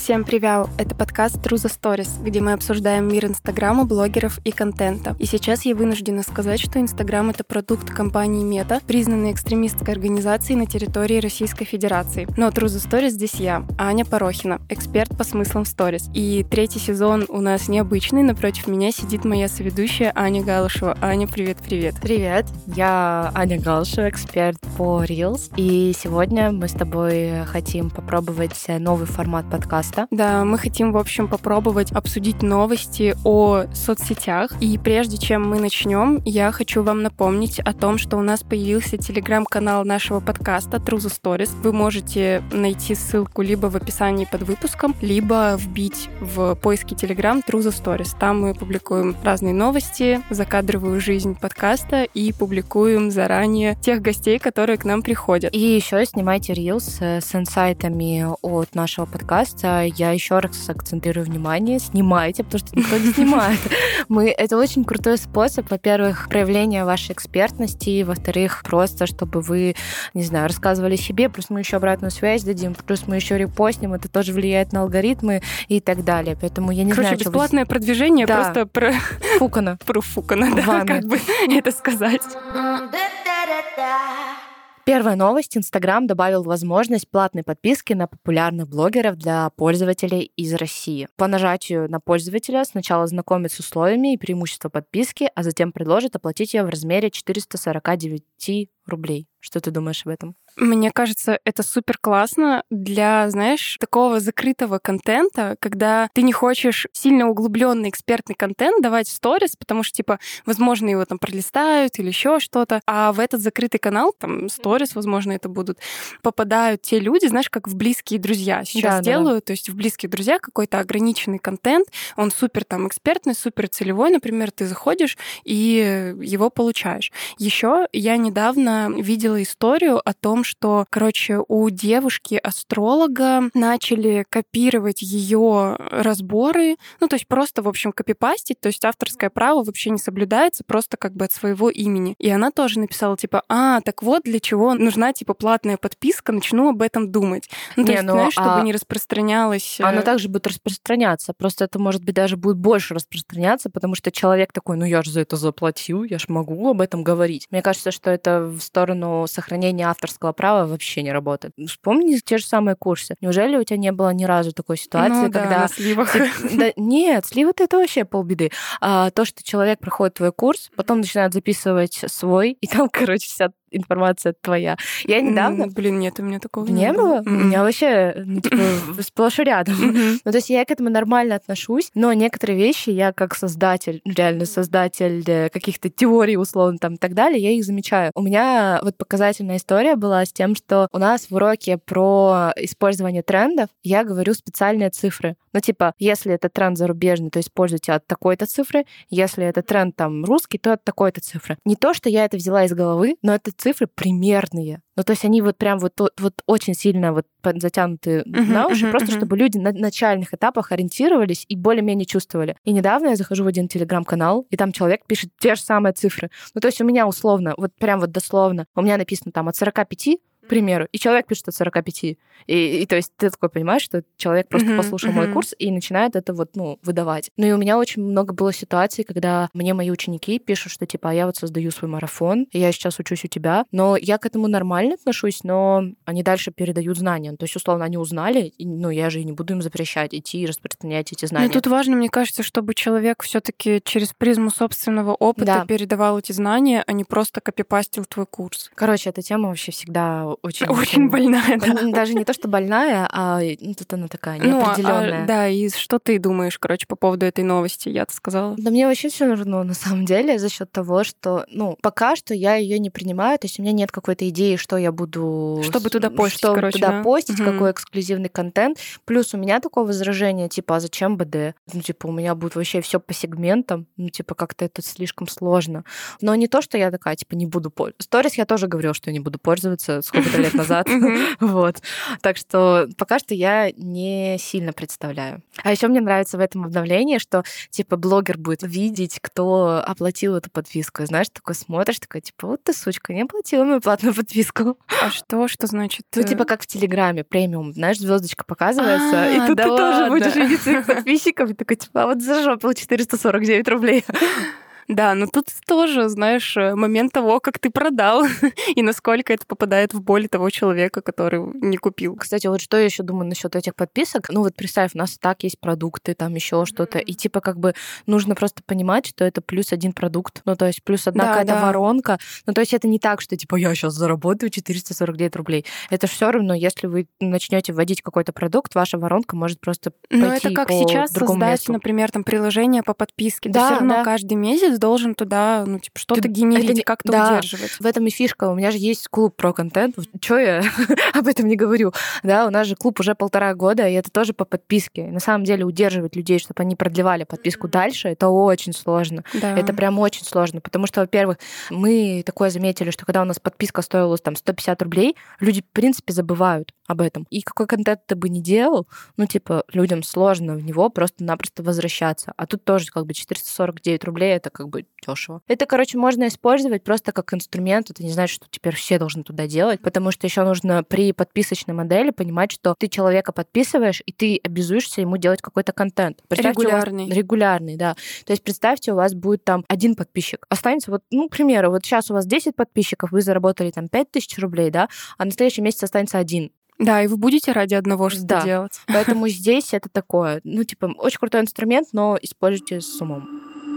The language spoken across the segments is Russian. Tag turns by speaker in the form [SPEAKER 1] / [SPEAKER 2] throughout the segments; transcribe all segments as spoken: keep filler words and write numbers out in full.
[SPEAKER 1] Всем привет! Это подкаст True the Stories, где мы обсуждаем мир Инстаграма, блогеров и контента. И сейчас я вынуждена сказать, что Инстаграм — это продукт компании Мета, признанной экстремистской организацией на территории Российской Федерации. Но True the Stories здесь я, Аня Порохина, эксперт по смыслам сторис. И третий сезон у нас необычный. Напротив меня сидит моя соведущая Аня Галушева. Аня, привет-привет.
[SPEAKER 2] Привет, я Аня Галушева, эксперт по Reels. И сегодня мы с тобой хотим попробовать новый формат подкаста.
[SPEAKER 1] Да, мы хотим, в общем, попробовать обсудить новости о соцсетях. И прежде чем мы начнем, я хочу вам напомнить о том, что у нас появился телеграм-канал нашего подкаста True the Stories. Вы можете найти ссылку либо в описании под выпуском, либо вбить в поиске телеграм True the Stories. Там мы публикуем разные новости, закадровую жизнь подкаста и публикуем заранее тех гостей, которые к нам приходят.
[SPEAKER 2] И еще снимайте Reels с инсайтами от нашего подкаста. Я еще раз акцентирую внимание, снимайте, потому что никто не снимает. Мы, это очень крутой способ, во-первых, проявления вашей экспертности, во-вторых, просто, чтобы вы, не знаю, рассказывали себе, плюс мы еще обратную связь дадим, плюс мы еще репостнем, это тоже влияет на алгоритмы и так далее. Поэтому я не
[SPEAKER 1] Короче,
[SPEAKER 2] знаю,
[SPEAKER 1] бесплатное
[SPEAKER 2] вы...
[SPEAKER 1] продвижение
[SPEAKER 2] да.
[SPEAKER 1] просто про...
[SPEAKER 2] Фукана.
[SPEAKER 1] Про Фукана, да,
[SPEAKER 2] Вами.
[SPEAKER 1] как бы это сказать.
[SPEAKER 2] Первая новость. Инстаграм добавил возможность платной подписки на популярных блогеров для пользователей из России. По нажатию на пользователя сначала знакомит с условиями и преимуществами подписки, а затем предложит оплатить ее в размере четыреста сорок девять рублей. Что ты думаешь об этом?
[SPEAKER 1] Мне кажется, это супер классно для, знаешь, такого закрытого контента, когда ты не хочешь сильно углубленный экспертный контент давать в сторис, потому что, типа, возможно, его там пролистают или еще что-то, а в этот закрытый канал, там, сторис, возможно, это будут, попадают те люди, знаешь, как в близкие друзья сейчас
[SPEAKER 2] да,
[SPEAKER 1] делают,
[SPEAKER 2] да, да.
[SPEAKER 1] То есть в близких друзьях какой-то ограниченный контент, он супер там экспертный, супер целевой, например, ты заходишь и его получаешь. Еще я недавно видела историю о том, что, короче, у девушки-астролога начали копировать ее разборы, ну, то есть просто, в общем, копипастить, то есть авторское право вообще не соблюдается, просто как бы от своего имени. И она тоже написала, типа, а, так вот для чего нужна, типа, платная подписка, начну об этом думать. Ну, то
[SPEAKER 2] не,
[SPEAKER 1] есть,
[SPEAKER 2] ну,
[SPEAKER 1] знаешь, чтобы
[SPEAKER 2] а...
[SPEAKER 1] не распространялось...
[SPEAKER 2] Оно также будет распространяться, просто это, может быть, даже будет больше распространяться, потому что человек такой, ну, я же за это заплатил, я ж могу об этом говорить. Мне кажется, что это в сторону сохранения авторского права вообще не работает. Вспомни те же самые курсы. Неужели у тебя не было ни разу такой ситуации,
[SPEAKER 1] ну,
[SPEAKER 2] когда...
[SPEAKER 1] Да, на сливах.
[SPEAKER 2] Ты... Да, нет, сливы-то это вообще полбеды. А то, что человек проходит твой курс, потом начинает записывать свой, и там, короче, вся информация твоя. Я недавно...
[SPEAKER 1] Mm, блин, нет, у меня такого
[SPEAKER 2] не, не было.
[SPEAKER 1] Mm-hmm.
[SPEAKER 2] У меня вообще, ну, типа, сплошь и рядом. Mm-hmm. Ну, то есть я к этому нормально отношусь, но некоторые вещи я как создатель, реально создатель каких-то теорий, условно, там, и так далее, я их замечаю. У меня вот показательная история была с тем, что у нас в уроке про использование трендов я говорю специальные цифры. Ну, типа, если это тренд зарубежный, то используйте от такой-то цифры, если это тренд там русский, то от такой-то цифры. Не то, что я это взяла из головы, но это цифры примерные. Ну, то есть они вот прям вот, вот очень сильно вот затянуты uh-huh, на уши, uh-huh, просто uh-huh. чтобы люди на начальных этапах ориентировались и более-менее чувствовали. И недавно я захожу в один телеграм-канал, и там человек пишет те же самые цифры. Ну, то есть у меня условно, вот прям вот дословно, у меня написано там от сорока пяти, к примеру, и человек пишет от сорока пяти. И, и то есть ты такой понимаешь, что человек просто uh-huh, послушал uh-huh. мой курс и начинает это вот, ну, выдавать. Ну и у меня очень много было ситуаций, когда мне мои ученики пишут, что типа, а я вот создаю свой марафон, и я сейчас учусь у тебя, но я к этому нормально отношусь, но они дальше передают знания. То есть, условно, они узнали, и, ну, я же и не буду им запрещать идти и распространять эти знания.
[SPEAKER 1] Ну, тут важно, мне кажется, чтобы человек все-таки через призму собственного опыта да. передавал эти знания, а не просто копипастил твой курс.
[SPEAKER 2] Короче, эта тема вообще всегда очень...
[SPEAKER 1] Очень больная, да.
[SPEAKER 2] Даже не то, что больная, а ну, тут она такая неопределенная.
[SPEAKER 1] Ну, а, да, и что ты думаешь, короче, по поводу этой новости? Я-то сказала.
[SPEAKER 2] Да мне вообще все равно, на самом деле, за счет того, что, ну, пока что я ее не принимаю, то есть у меня нет какой-то идеи, что я буду...
[SPEAKER 1] Чтобы туда постить,
[SPEAKER 2] что
[SPEAKER 1] короче,
[SPEAKER 2] туда
[SPEAKER 1] да?
[SPEAKER 2] постить,
[SPEAKER 1] угу.
[SPEAKER 2] какой эксклюзивный контент. Плюс у меня такое возражение, типа, а зачем БД? Ну, типа, у меня будет вообще все по сегментам, ну, типа, как-то это слишком сложно. Но не то, что я такая, типа, не буду пользоваться. Сторис я тоже говорила, что я не буду пользоваться, сколько много лет назад. Вот. Так что пока что я не сильно представляю. А еще мне нравится в этом обновлении, что типа блогер будет видеть, кто оплатил эту подписку. И знаешь, такой смотришь, такой, типа, вот ты, сучка, не оплатила мою платную подписку.
[SPEAKER 1] А что? Что значит?
[SPEAKER 2] Ну, типа как в Телеграме, премиум, знаешь, звездочка показывается, и тут ты тоже будешь видеть своих подписчиков, и такой, типа, а вот за жопу четыреста сорок девять рублей.
[SPEAKER 1] Да, но тут тоже, знаешь, момент того, как ты продал и насколько это попадает в боль того человека, который не купил.
[SPEAKER 2] Кстати, вот что я еще думаю насчет этих подписок. Ну вот представь, у нас и так есть продукты, там еще что-то, и типа как бы нужно просто понимать, что это плюс один продукт, ну то есть плюс одна
[SPEAKER 1] Да,
[SPEAKER 2] какая-то
[SPEAKER 1] да.
[SPEAKER 2] воронка. Ну то есть это не так, что типа я сейчас заработаю четыреста сорок девять рублей. Это все равно, если вы начнете вводить какой-то продукт, ваша воронка может просто
[SPEAKER 1] Но
[SPEAKER 2] пойти
[SPEAKER 1] это как
[SPEAKER 2] по
[SPEAKER 1] сейчас
[SPEAKER 2] другому
[SPEAKER 1] создать,
[SPEAKER 2] месту.
[SPEAKER 1] например, там приложение по подписке.
[SPEAKER 2] Да,
[SPEAKER 1] Ты все равно
[SPEAKER 2] да.
[SPEAKER 1] каждый месяц должен туда, ну, типа, что-то
[SPEAKER 2] Ты-
[SPEAKER 1] генерить,
[SPEAKER 2] это не-
[SPEAKER 1] как-то
[SPEAKER 2] да.
[SPEAKER 1] удерживать.
[SPEAKER 2] В этом и фишка. У меня же есть клуб про контент. Чё я об этом не говорю? Да, у нас же клуб уже полтора года, и это тоже по подписке. И на самом деле удерживать людей, чтобы они продлевали подписку дальше, это очень сложно.
[SPEAKER 1] Да.
[SPEAKER 2] Это прям очень сложно, потому что, во-первых, мы такое заметили, что когда у нас подписка стоила там сто пятьдесят рублей, люди, в принципе, забывают об этом. И какой контент ты бы ни делал, ну, типа, людям сложно в него просто-напросто возвращаться. А тут тоже как бы четыреста сорок девять рублей — это как бы дешево. Это, короче, можно использовать просто как инструмент. Это не значит, что теперь все должны туда делать, потому что еще нужно при подписочной модели понимать, что ты человека подписываешь, и ты обязуешься ему делать какой-то контент. Представьте, у вас-
[SPEAKER 1] Регулярный.
[SPEAKER 2] Регулярный, да. То есть представьте, у вас будет там один подписчик. Останется вот, ну, к примеру, вот сейчас у вас десять подписчиков, вы заработали там пять тысяч рублей, да, а на следующий месяц останется один.
[SPEAKER 1] Да, и вы будете ради одного что-то
[SPEAKER 2] Да.
[SPEAKER 1] делать.
[SPEAKER 2] Поэтому здесь это такое, ну, типа, очень крутой инструмент, но используйте с умом.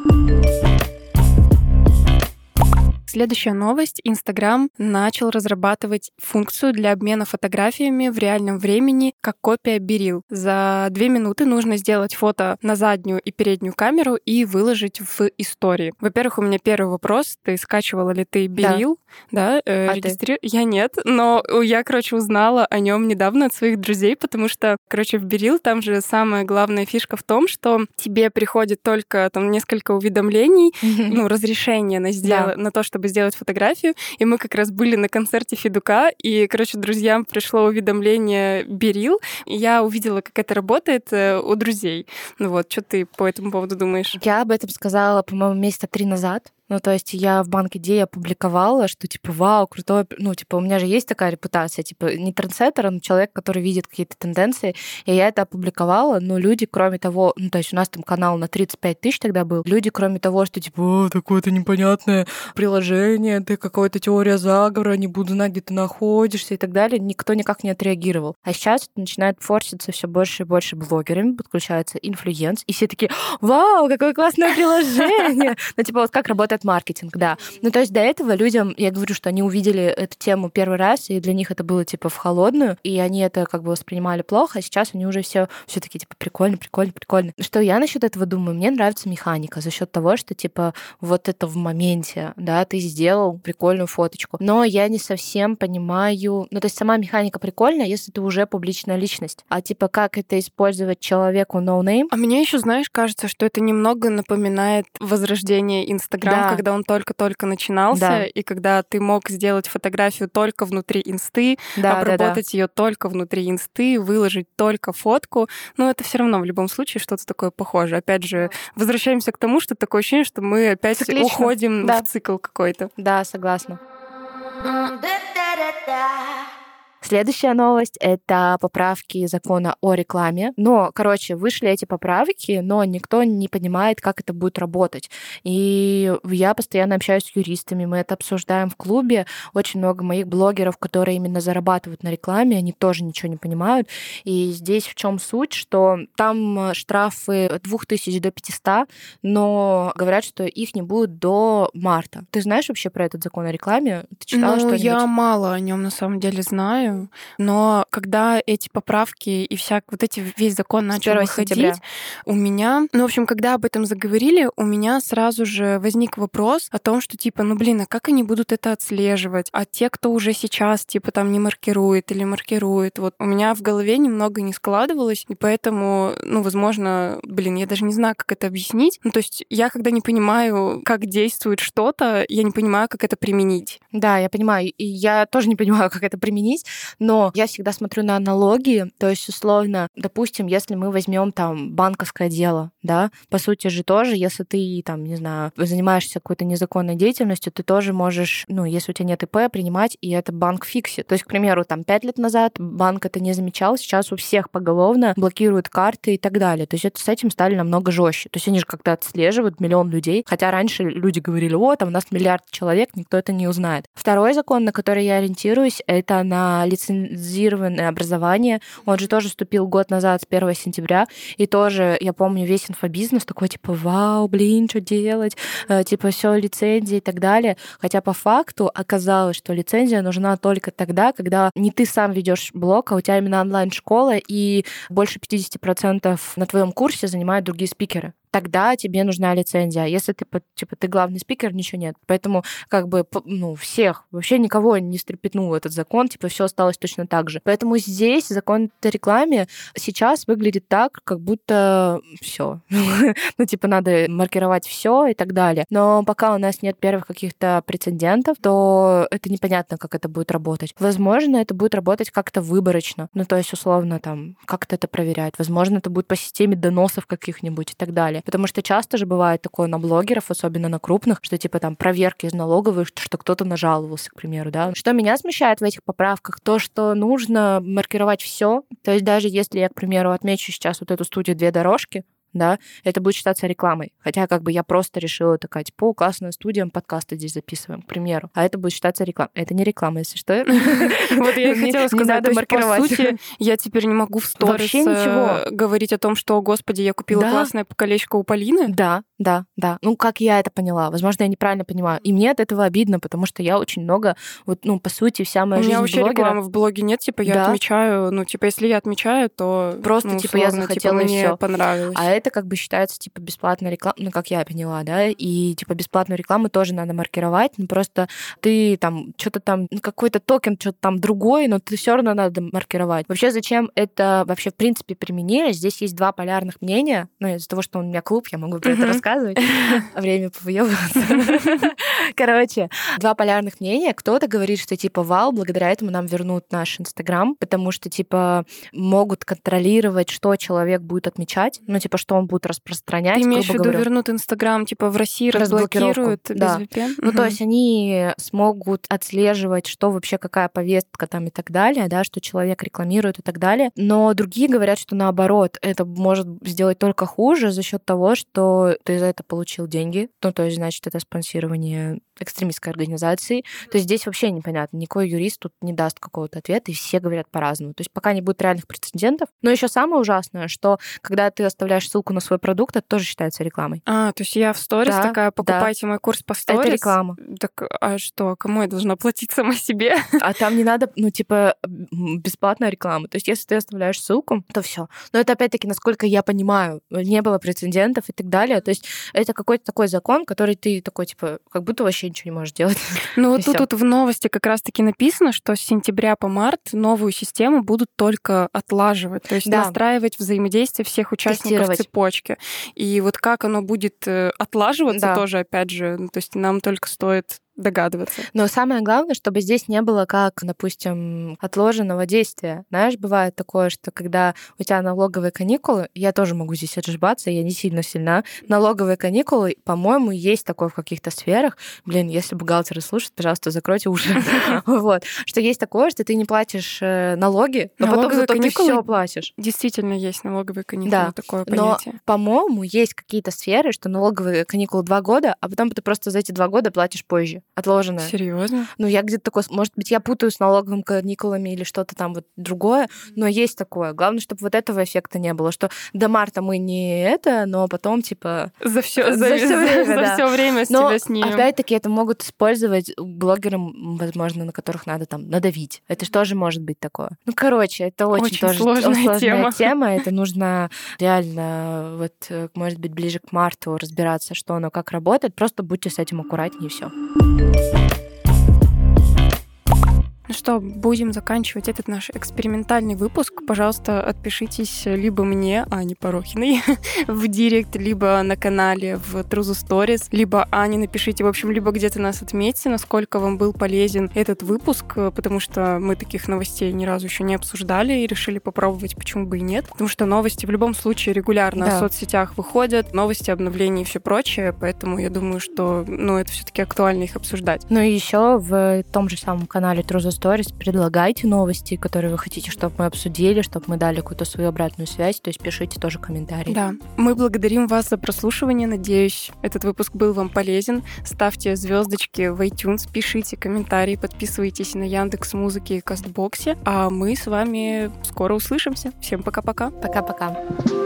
[SPEAKER 1] Следующая новость. Инстаграм начал разрабатывать функцию для обмена фотографиями в реальном времени, как копия Берил. За две минуты нужно сделать фото на заднюю и переднюю камеру и выложить в истории. Во-первых, у меня первый вопрос. Ты скачивала ли ты Берил? Да. да э,
[SPEAKER 2] А
[SPEAKER 1] регистри... Я нет, но я, короче, узнала о нем недавно от своих друзей, потому что, короче, в Берил там же самая главная фишка в том, что тебе приходит только там несколько уведомлений, ну, разрешение на, сдел...
[SPEAKER 2] Да.
[SPEAKER 1] на то, чтобы сделать фотографию. И мы как раз были на концерте Федука, и, короче, друзьям пришло уведомление Берил, и я увидела, как это работает э, у друзей. Ну вот, что ты по этому поводу думаешь?
[SPEAKER 2] Я об этом сказала, по-моему, месяца три назад. Ну, то есть я в Банк Идей опубликовала, что, типа, вау, крутой... Ну, типа, у меня же есть такая репутация, типа, не трендсеттер, но человек, который видит какие-то тенденции, и я это опубликовала, но люди, кроме того... Ну, то есть у нас там канал на тридцать пять тысяч тогда был. Люди, кроме того, что, типа, о, такое-то непонятное приложение, ты какая-то теория заговора, не буду знать, где ты находишься и так далее, никто никак не отреагировал. А сейчас это начинает форситься все больше и больше блогерами, подключается инфлюенс, и все такие, вау, какое классное приложение! Ну, типа, вот как работает маркетинг, да. Ну, то есть до этого людям, я говорю, что они увидели эту тему первый раз, и для них это было, типа, в холодную, и они это как бы воспринимали плохо, а сейчас они уже все все таки типа, прикольно, прикольно, прикольно. Что я насчет этого думаю? Мне нравится механика за счет того, что, типа, вот это в моменте, да, ты сделал прикольную фоточку. Но я не совсем понимаю... Ну, то есть сама механика прикольная, если ты уже публичная личность. А, типа, как это использовать человеку no name?
[SPEAKER 1] А мне еще, знаешь, кажется, что это немного напоминает возрождение Инстаграма,
[SPEAKER 2] Да.
[SPEAKER 1] когда он только-только начинался,
[SPEAKER 2] Да.
[SPEAKER 1] и когда ты мог сделать фотографию только внутри инсты,
[SPEAKER 2] Да, да, да.
[SPEAKER 1] обработать ее только внутри инсты, выложить только фотку. Но это все равно в любом случае что-то такое похожее. Опять же, возвращаемся к тому, что такое ощущение, что мы опять
[SPEAKER 2] Циклично.
[SPEAKER 1] уходим
[SPEAKER 2] Да.
[SPEAKER 1] в цикл какой-то.
[SPEAKER 2] Да, согласна. Следующая новость — это поправки закона о рекламе. Но, короче, вышли эти поправки, но никто не понимает, как это будет работать. И я постоянно общаюсь с юристами, мы это обсуждаем в клубе. Очень много моих блогеров, которые именно зарабатывают на рекламе, они тоже ничего не понимают. И здесь в чем суть, что там штрафы от двух тысяч до пятисот, но говорят, что их не будет до марта. Ты знаешь вообще про этот закон о рекламе? Ты читала
[SPEAKER 1] Ну,
[SPEAKER 2] что-нибудь?
[SPEAKER 1] я мало о нем на самом деле знаю. почему. Но когда эти поправки и вся вот эти весь закон начал выходить, сентября. У меня, ну, в общем, когда об этом заговорили, у меня сразу же возник вопрос о том, что, типа, ну, блин, а как они будут это отслеживать? А те, кто уже сейчас, типа, там не маркирует или маркирует, вот у меня в голове немного не складывалось, и поэтому, ну, возможно, блин, я даже не знаю, как это объяснить. Ну, то есть я, когда не понимаю, как действует что-то, я не понимаю, как это применить.
[SPEAKER 2] Да, я понимаю. И я тоже не понимаю, как это применить, но я всегда смотрю на аналогии. То есть, условно, допустим, если мы возьмем там банковское дело, да, по сути же тоже, если ты там, не знаю, занимаешься какой-то незаконной деятельностью, ты тоже можешь, ну, если у тебя нет ИП, принимать, и это банк фиксит. То есть, к примеру, там пять лет назад банк это не замечал, сейчас у всех поголовно блокируют карты и так далее. То есть это с этим стали намного жестче. То есть они же как-то отслеживают миллион людей, хотя раньше люди говорили: о, там у нас миллиард человек, никто это не узнает. Второй закон, на который я ориентируюсь, это на лицензированное образование. Он же тоже вступил год назад, с первого сентября, и тоже, я помню, весь инфобизнес такой, типа, вау, блин, что делать? Типа, все лицензии и так далее. Хотя по факту оказалось, что лицензия нужна только тогда, когда не ты сам ведешь блог, а у тебя именно онлайн-школа, и больше пятьдесят процентов на твоем курсе занимают другие спикеры. Тогда тебе нужна лицензия. А если ты, типа, ты главный спикер, ничего нет. Поэтому как бы, ну, всех, вообще никого не стрепетнул этот закон, типа, все осталось точно так же. Поэтому здесь закон о рекламе сейчас выглядит так, как будто все. Ну, типа, надо маркировать все и так далее. Но пока у нас нет первых каких-то прецедентов, то это непонятно, как это будет работать. Возможно, это будет работать как-то выборочно. Ну, то есть, условно, там, как-то это проверять. Возможно, это будет по системе доносов каких-нибудь и так далее. Потому что часто же бывает такое на блогеров, особенно на крупных, что типа там проверки из налоговой, что кто-то нажаловался, к примеру, да. Что меня смущает в этих поправках, то, что нужно маркировать все. То есть даже если я, к примеру, отмечу сейчас вот эту студию «Две дорожки», да, это будет считаться рекламой. Хотя как бы я просто решила такая, типа, классная студия, мы подкасты здесь записываем, к примеру. А это будет считаться рекламой. Это не реклама, если что.
[SPEAKER 1] Вот я и хотела сказать, то есть, по сути, я теперь не могу в сторис говорить о том, что, господи, я купила классное колечко у Полины.
[SPEAKER 2] Да, да, да. Ну, как я это поняла. Возможно, я неправильно понимаю. И мне от этого обидно, потому что я очень много, вот, ну, по сути, вся моя жизнь блогера...
[SPEAKER 1] У меня вообще рекламы в блоге нет, типа, я отмечаю, ну, типа, если я отмечаю, то...
[SPEAKER 2] Просто, типа, я захотела, и всё.
[SPEAKER 1] Мне понравилось.
[SPEAKER 2] А это как бы считается, типа, бесплатная реклама, ну, как я поняла, да, и, типа, бесплатную рекламу тоже надо маркировать, ну, просто ты там что-то там, ну, какой-то токен, что-то там другой, но ты все равно надо маркировать. Вообще, зачем это вообще, в принципе, применили? Здесь есть два полярных мнения, ну, из-за того, что у меня клуб, я могу про это рассказывать, время повыёбываться. Короче, два полярных мнения. Кто-то говорит, что, типа, вау, благодаря этому нам вернут наш Инстаграм, потому что, типа, могут контролировать, что человек будет отмечать, ну, типа, что он будет распространять.
[SPEAKER 1] Ты имеешь в виду вернут Инстаграм, типа, в России разблокируют без
[SPEAKER 2] да.
[SPEAKER 1] ви пи эн?
[SPEAKER 2] Ну, угу. То есть они смогут отслеживать, что вообще, какая повестка там и так далее, да, что человек рекламирует и так далее. Но другие говорят, что наоборот, это может сделать только хуже за счет того, что ты за это получил деньги. Ну, то есть, значит, это спонсирование экстремистской организации. То есть здесь вообще непонятно. Никакой юрист тут не даст какого-то ответа, и все говорят по-разному. То есть пока не будет реальных прецедентов. Но еще самое ужасное, что когда ты оставляешь ссылку на свой продукт, это тоже считается рекламой.
[SPEAKER 1] А, то есть я в сторис да, такая, покупайте да. мой курс по сторис.
[SPEAKER 2] Это реклама.
[SPEAKER 1] Так, а что, кому я должна платить сама себе?
[SPEAKER 2] А там не надо, ну, типа, бесплатная реклама. То есть если ты оставляешь ссылку, то все. Но это, опять-таки, насколько я понимаю, не было прецедентов и так далее. То есть это какой-то такой закон, который ты такой, типа, как будто вообще ничего не можешь делать.
[SPEAKER 1] Ну, вот тут, тут в новости как раз-таки написано, что с сентября по март новую систему будут только отлаживать, то есть да. настраивать взаимодействие всех участников цепочки. И вот как оно будет отлаживаться да. тоже, опять же, то есть нам только стоит догадываться.
[SPEAKER 2] Но самое главное, чтобы здесь не было как, допустим, отложенного действия. Знаешь, бывает такое, что когда у тебя налоговые каникулы, я тоже могу здесь отжибаться, я не сильно сильна. Налоговые каникулы, по-моему, есть такое в каких-то сферах. Блин, если бухгалтеры слушают, пожалуйста, закройте уши. Вот. Что есть такое, что ты не платишь налоги, но потом зато ты все платишь.
[SPEAKER 1] Действительно есть налоговые каникулы, такое понятие.
[SPEAKER 2] Но, по-моему, есть какие-то сферы, что налоговые каникулы два года, а потом ты просто за эти два года платишь позже. отложенное.
[SPEAKER 1] Серьезно?
[SPEAKER 2] Ну, я где-то такое... Может быть, я путаю с налоговыми каникулами или что-то там вот другое, но есть такое. Главное, чтобы вот этого эффекта не было, что до марта мы не это, но потом, типа...
[SPEAKER 1] За все
[SPEAKER 2] за, за все время,
[SPEAKER 1] за
[SPEAKER 2] да.
[SPEAKER 1] все время с
[SPEAKER 2] но,
[SPEAKER 1] тебя снимем.
[SPEAKER 2] Опять-таки, это могут использовать блогерам, возможно, на которых надо там надавить. Это же тоже может быть такое. Ну, короче, это очень,
[SPEAKER 1] Очень
[SPEAKER 2] тоже
[SPEAKER 1] сложная,
[SPEAKER 2] сложная
[SPEAKER 1] тема.
[SPEAKER 2] тема. Это нужно реально, вот, может быть, ближе к марту разбираться, что оно как работает. Просто будьте с этим аккуратнее, и все.
[SPEAKER 1] Ну что, будем заканчивать этот наш экспериментальный выпуск. Пожалуйста, отпишитесь либо мне, Ане Порохиной, в директ, либо на канале в True Stories, либо Ане напишите, в общем, либо где-то нас отметьте, насколько вам был полезен этот выпуск, потому что мы таких новостей ни разу еще не обсуждали и решили попробовать, почему бы и нет. Потому что новости в любом случае регулярно
[SPEAKER 2] Да.
[SPEAKER 1] в соцсетях выходят, новости, обновления и все прочее, поэтому я думаю, что ну, это все-таки актуально их обсуждать.
[SPEAKER 2] Ну и еще в том же самом канале True Stories предлагайте новости, которые вы хотите, чтобы мы обсудили, чтобы мы дали какую-то свою обратную связь, то есть пишите тоже комментарии.
[SPEAKER 1] Да, мы благодарим вас за прослушивание, надеюсь, этот выпуск был вам полезен. Ставьте звездочки в iTunes, пишите комментарии, подписывайтесь на Яндекс.Музыке и Кастбоксе, а мы с вами скоро услышимся. Всем пока-пока.
[SPEAKER 2] Пока-пока.